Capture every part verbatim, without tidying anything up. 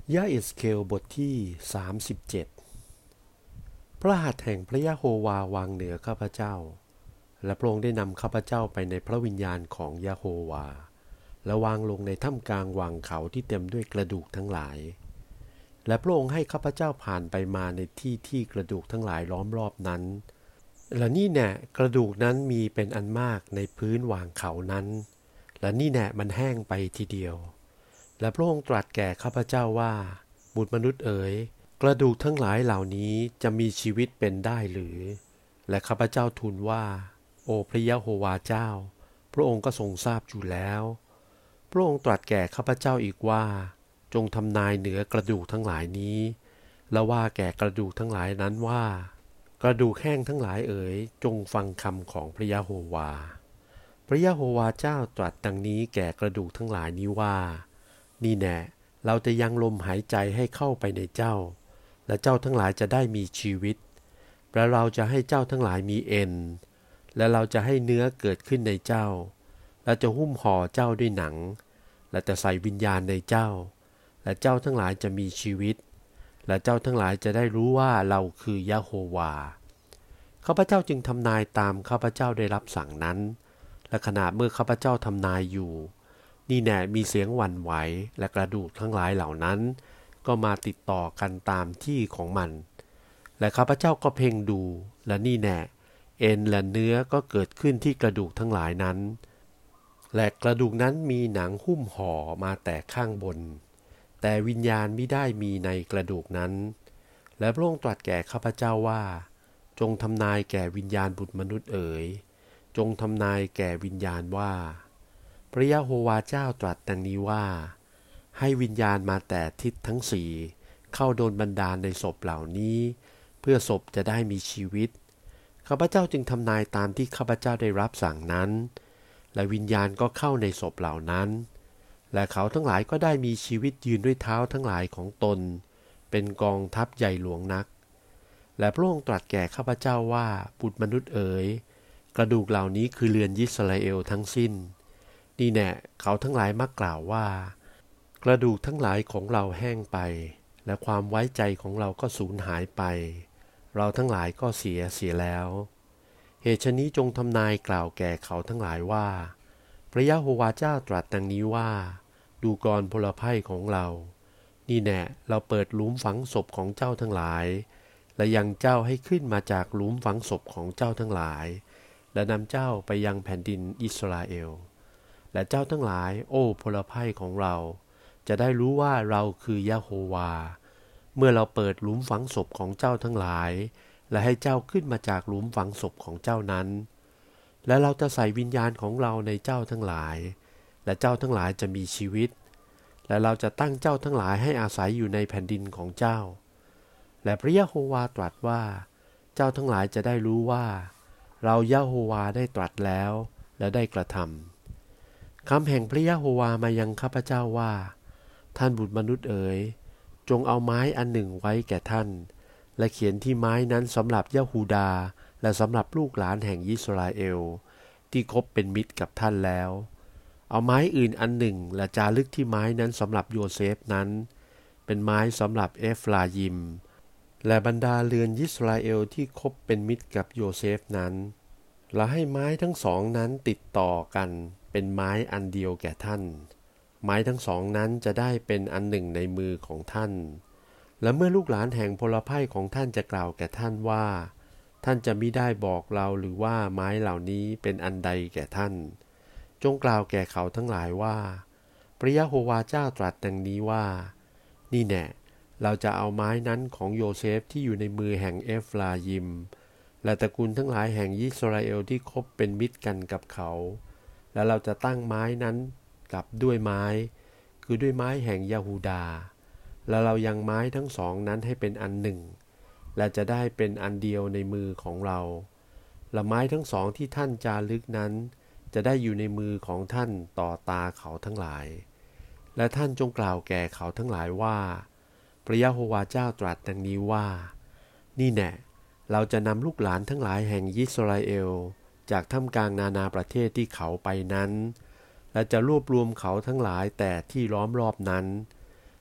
ยะเอสเคลบทที่สามสิบเจ็ดพระหัตถ์แห่งพระยะโฮวาวางเหนือข้าพเจ้าและพระองค์ได้นำข้าพเจ้าไปในพระวิญญาณของยะโฮวาและวางลงในถ้ำกลางวังเขาที่เต็มด้วยกระดูกทั้งหลายและพระองค์ให้ข้าพเจ้าผ่านไปมาในที่ที่กระดูกทั้งหลายล้อมรอบนั้นและนี่แน่กระดูกนั้นมีเป็นอันมากในพื้นวางเขานั้นและนี่แน่มันแห้งไปทีเดียวและพระองค์ตรัสแก่ข้าพเจ้าว่าบุตรมนุษย์เอ๋ยกระดูกทั้งหลายเหล่านี้จะมีชีวิตเป็นได้หรือและข้าพเจ้าทูลว่าโอ้พระยะโฮวาเจ้าพระองค์ก็ทรงทราบอยู่แล้วพระองค์ตรัสแก่ข้าพเจ้าอีกว่าจงทำนายเหนือกระดูกทั้งหลายนี้และว่าแก่กระดูกทั้งหลายนั้นว่ากระดูกแห้งทั้งหลายเอ๋ยจงฟังคำของพระยะโฮวาพระยะโฮวาเจ้าตรัสดังนี้แก่กระดูกทั้งหลายนี้ว่านี่แน่เราจะยังลมหายใจให้เข้าไปในเจ้าและเจ้าทั้งหลายจะได้มีชีวิตและเราจะให้เจ้าทั้งหลายมีเอ็นและเราจะให้เนื้อเกิดขึ้นในเจ้าและจะหุ้มห่อเจ้าด้วยหนังและจะใส่วิญญาณในเจ้าและเจ้าทั้งหลายจะมีชีวิตและเจ้าทั้งหลายจะได้รู้ว่าเราคือยะโฮวาข้าพเจ้าจึงทำนายตามข้าพเจ้าได้รับสั่งนั้นและขณะเมื่อข้าพเจ้าทำนายอยู่นี่แน่มีเสียงหวั่นไหวและกระดูกทั้งหลายเหล่านั้นก็มาติดต่อกันตามที่ของมันและข้าพเจ้าก็เพ่งดูและนี่แน่เอ็นและเนื้อก็เกิดขึ้นที่กระดูกทั้งหลายนั้นและกระดูกนั้นมีหนังหุ้มห่อมาแต่ข้างบนแต่วิญญาณไม่ได้มีในกระดูกนั้นและพระองค์ตรัสแก่ข้าพเจ้าว่าจงทำนายแก่วิญญาณบุตรมนุษย์เอ๋ยจงทำนายแก่วิญญาณว่าพระยะโฮวาเจ้าตรัสดังนี้ว่าให้วิญญาณมาแต่ทิศทั้งสี่เข้าโดนบันดาลในศพเหล่านี้เพื่อศพจะได้มีชีวิตข้าพเจ้าจึงทำนายตามที่ข้าพเจ้าได้รับสั่งนั้นและวิญญาณก็เข้าในศพเหล่านั้นและเขาทั้งหลายก็ได้มีชีวิตยืนด้วยเท้าทั้งหลายของตนเป็นกองทัพใหญ่หลวงนักและพระองค์ตรัสแก่ข้าพเจ้าว่าบุตรมนุษย์เอ๋ยกระดูกเหล่านี้คือเรือนยิสราเอลทั้งสิ้นนี่แน่เขาทั้งหลายมักกล่าวว่ากระดูกทั้งหลายของเราแห้งไปและความไว้ใจของเราก็สูญหายไปเราทั้งหลายก็เสียเสียแล้วเหตุฉะนี้จงทำนายกล่าวแก่เขาทั้งหลายว่าพระยะโฮวาเจ้าตรัสดังนี้ว่าดูกรพลไพ่ของเรานี่แน่เราเปิดหลุมฝังศพของเจ้าทั้งหลายและยังเจ้าให้ขึ้นมาจากหลุมฝังศพของเจ้าทั้งหลายและนำเจ้าไปยังแผ่นดินอิสราเอลและเจ้าทั้งหลายโอ้พลไพ่ของเราจะได้รู้ว่าเราคือยะโฮวาเมื่อเราเปิดหลุมฝังศพของเจ้าทั้งหลายและให้เจ้าขึ้นมาจากหลุมฝังศพของเจ้านั้นและเราจะใส่วิญญาณของเราในเจ้าทั้งหลายและเจ้าทั้งหลายจะมีชีวิตและเราจะตั้งเจ้าทั้งหลายให้อาศัยอยู่ในแผ่นดินของเจ้าและพระยะโฮวาตรัสว่าเจ้าทั้งหลายจะได้รู้ว่าเรายะโฮวาได้ตรัสแล้วและได้กระทำคำแห่งพระยะโฮวามายังข้าพเจ้าว่าท่านบุตรมนุษย์เอ๋ยจงเอาไม้อันหนึ่งไว้แก่ท่านและเขียนที่ไม้นั้นสำหรับยะฮูดาและสำหรับลูกหลานแห่งอิสราเอลที่คบเป็นมิตรกับท่านแล้วเอาไม้อื่นอันหนึ่งและจารึกที่ไม้นั้นสำหรับโยเซฟนั้นเป็นไม้สำหรับเอฟรายิมและบรรดาเรือนอิสราเอลที่คบเป็นมิตรกับโยเซฟนั้นและให้ไม้ทั้งสองนั้นติดต่อกันเป็นไม้อันเดียวแก่ท่านไม้ทั้งสองนั้นจะได้เป็นอันหนึ่งในมือของท่านและเมื่อลูกหลานแห่งพลไพ่ของท่านจะกล่าวแก่ท่านว่าท่านจะมิได้บอกเราหรือว่าไม้เหล่านี้เป็นอันใดแก่ท่านจงกล่าวแก่เขาทั้งหลายว่าพระยะโฮวาเจ้าตรัสดังนี้ว่านี่แน่เราจะเอาไม้นั้นของโยเซฟที่อยู่ในมือแห่งเอฟรายิมและตระกูลทั้งหลายแห่งอิสราเอลที่คบเป็นมิตรกันกับเขาและเราจะตั้งไม้นั้นกับด้วยไม้คือด้วยไม้แห่งยะฮูดาและเรายังไม้ทั้งสองนั้นให้เป็นอันหนึ่งและจะได้เป็นอันเดียวในมือของเราและไม้ทั้งสองที่ท่านจารึกนั้นจะได้อยู่ในมือของท่านต่อตาเขาทั้งหลายและท่านจงกล่าวแก่เขาทั้งหลายว่าพระยะโฮวาเจ้าตรัสดังนี้ว่านี่แน่เราจะนำลูกหลานทั้งหลายแห่งอิสราเอลจากท่ามกลางนานาประเทศที่เขาไปนั้นและจะรวบรวมเขาทั้งหลายแต่ที่ล้อมรอบนั้น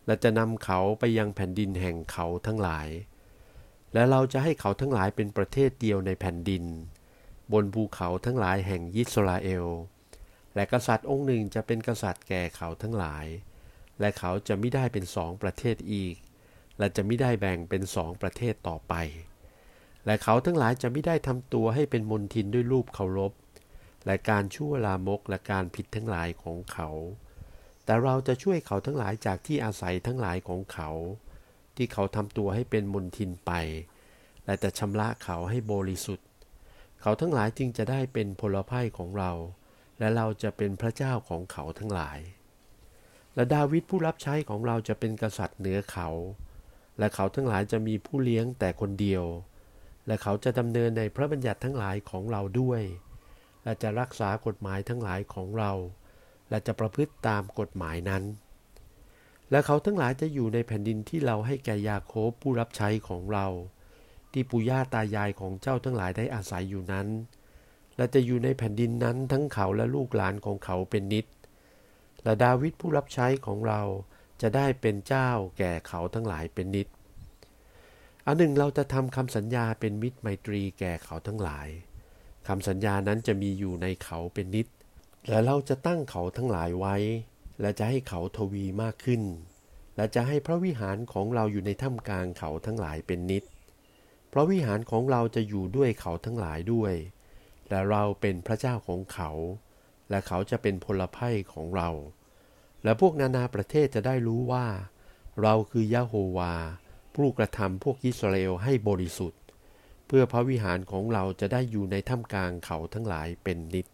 และจะนำเขาไปยังแผ่นดินแห่งเขาทั้งหลายและเราจะให้เขาทั้งหลายเป็นประเทศเดียวในแผ่นดินบนภูเขาทั้งหลายแห่งอิสราเอลและกษัตริย์องค์หนึ่งจะเป็นกษัตริย์แก่เขาทั้งหลายและเขาจะไม่ได้เป็นสองประเทศอีกและจะไม่ได้แบ่งเป็นสองประเทศต่อไปและเขาทั้งหลายจะไม่ได้ทำตัวให้เป็นมลทินด้วยรูปเคารพและการชั่วลามกและการผิดทั้งหลายของเขาแต่เราจะช่วยเขาทั้งหลายจากที่อาศัยทั้งหลายของเขาที่เขาทำตัวให้เป็นมลทินไปและจะชำระเขาให้บริสุทธิ์เขาทั้งหลายจึงจะได้เป็นพลภัยของเราและเราจะเป็นพระเจ้าของเขาทั้งหลายและดาวิดผู้รับใช้ของเราจะเป็นกษัตริย์เหนือเขาและเขาทั้งหลายจะมีผู้เลี้ยงแต่คนเดียวและเขาจะดำเนินในพระบัญญัติทั้งหลายของเราด้วยและจะรักษากฎหมายทั้งหลายของเราและจะประพฤติตามกฎหมายนั้นและเขาทั้งหลายจะอยู่ในแผ่นดินที่เราให้แก่ยาโคบผู้รับใช้ของเราที่ปู่ย่าตายายของเจ้าทั้งหลายได้อาศัยอยู่นั้นและจะอยู่ในแผ่นดินนั้นทั้งเขาและลูกหลานของเขาเป็นนิจและดาวิดผู้รับใช้ของเราจะได้เป็นเจ้าแก่เขาทั้งหลายเป็นนิจอันหนึ่งเราจะทำคำสัญญาเป็นมิตรไมตรีแก่เขาทั้งหลายคำสัญญานั้นจะมีอยู่ในเขาเป็นนิจและเราจะตั้งเขาทั้งหลายไว้และจะให้เขาทวีมากขึ้นและจะให้พระวิหารของเราอยู่ในท่ามกลางเขาทั้งหลายเป็นนิจเพราะวิหารของเราจะอยู่ด้วยเขาทั้งหลายด้วยและเราเป็นพระเจ้าของเขาและเขาจะเป็นพลภัยของเราและพวกนานาประเทศจะได้รู้ว่าเราคือยะโฮวาผู้กระทำพวกอิสราเอลให้บริสุทธิ์เพื่อพระวิหารของเราจะได้อยู่ในท่ามกลางเขาทั้งหลายเป็นนิจ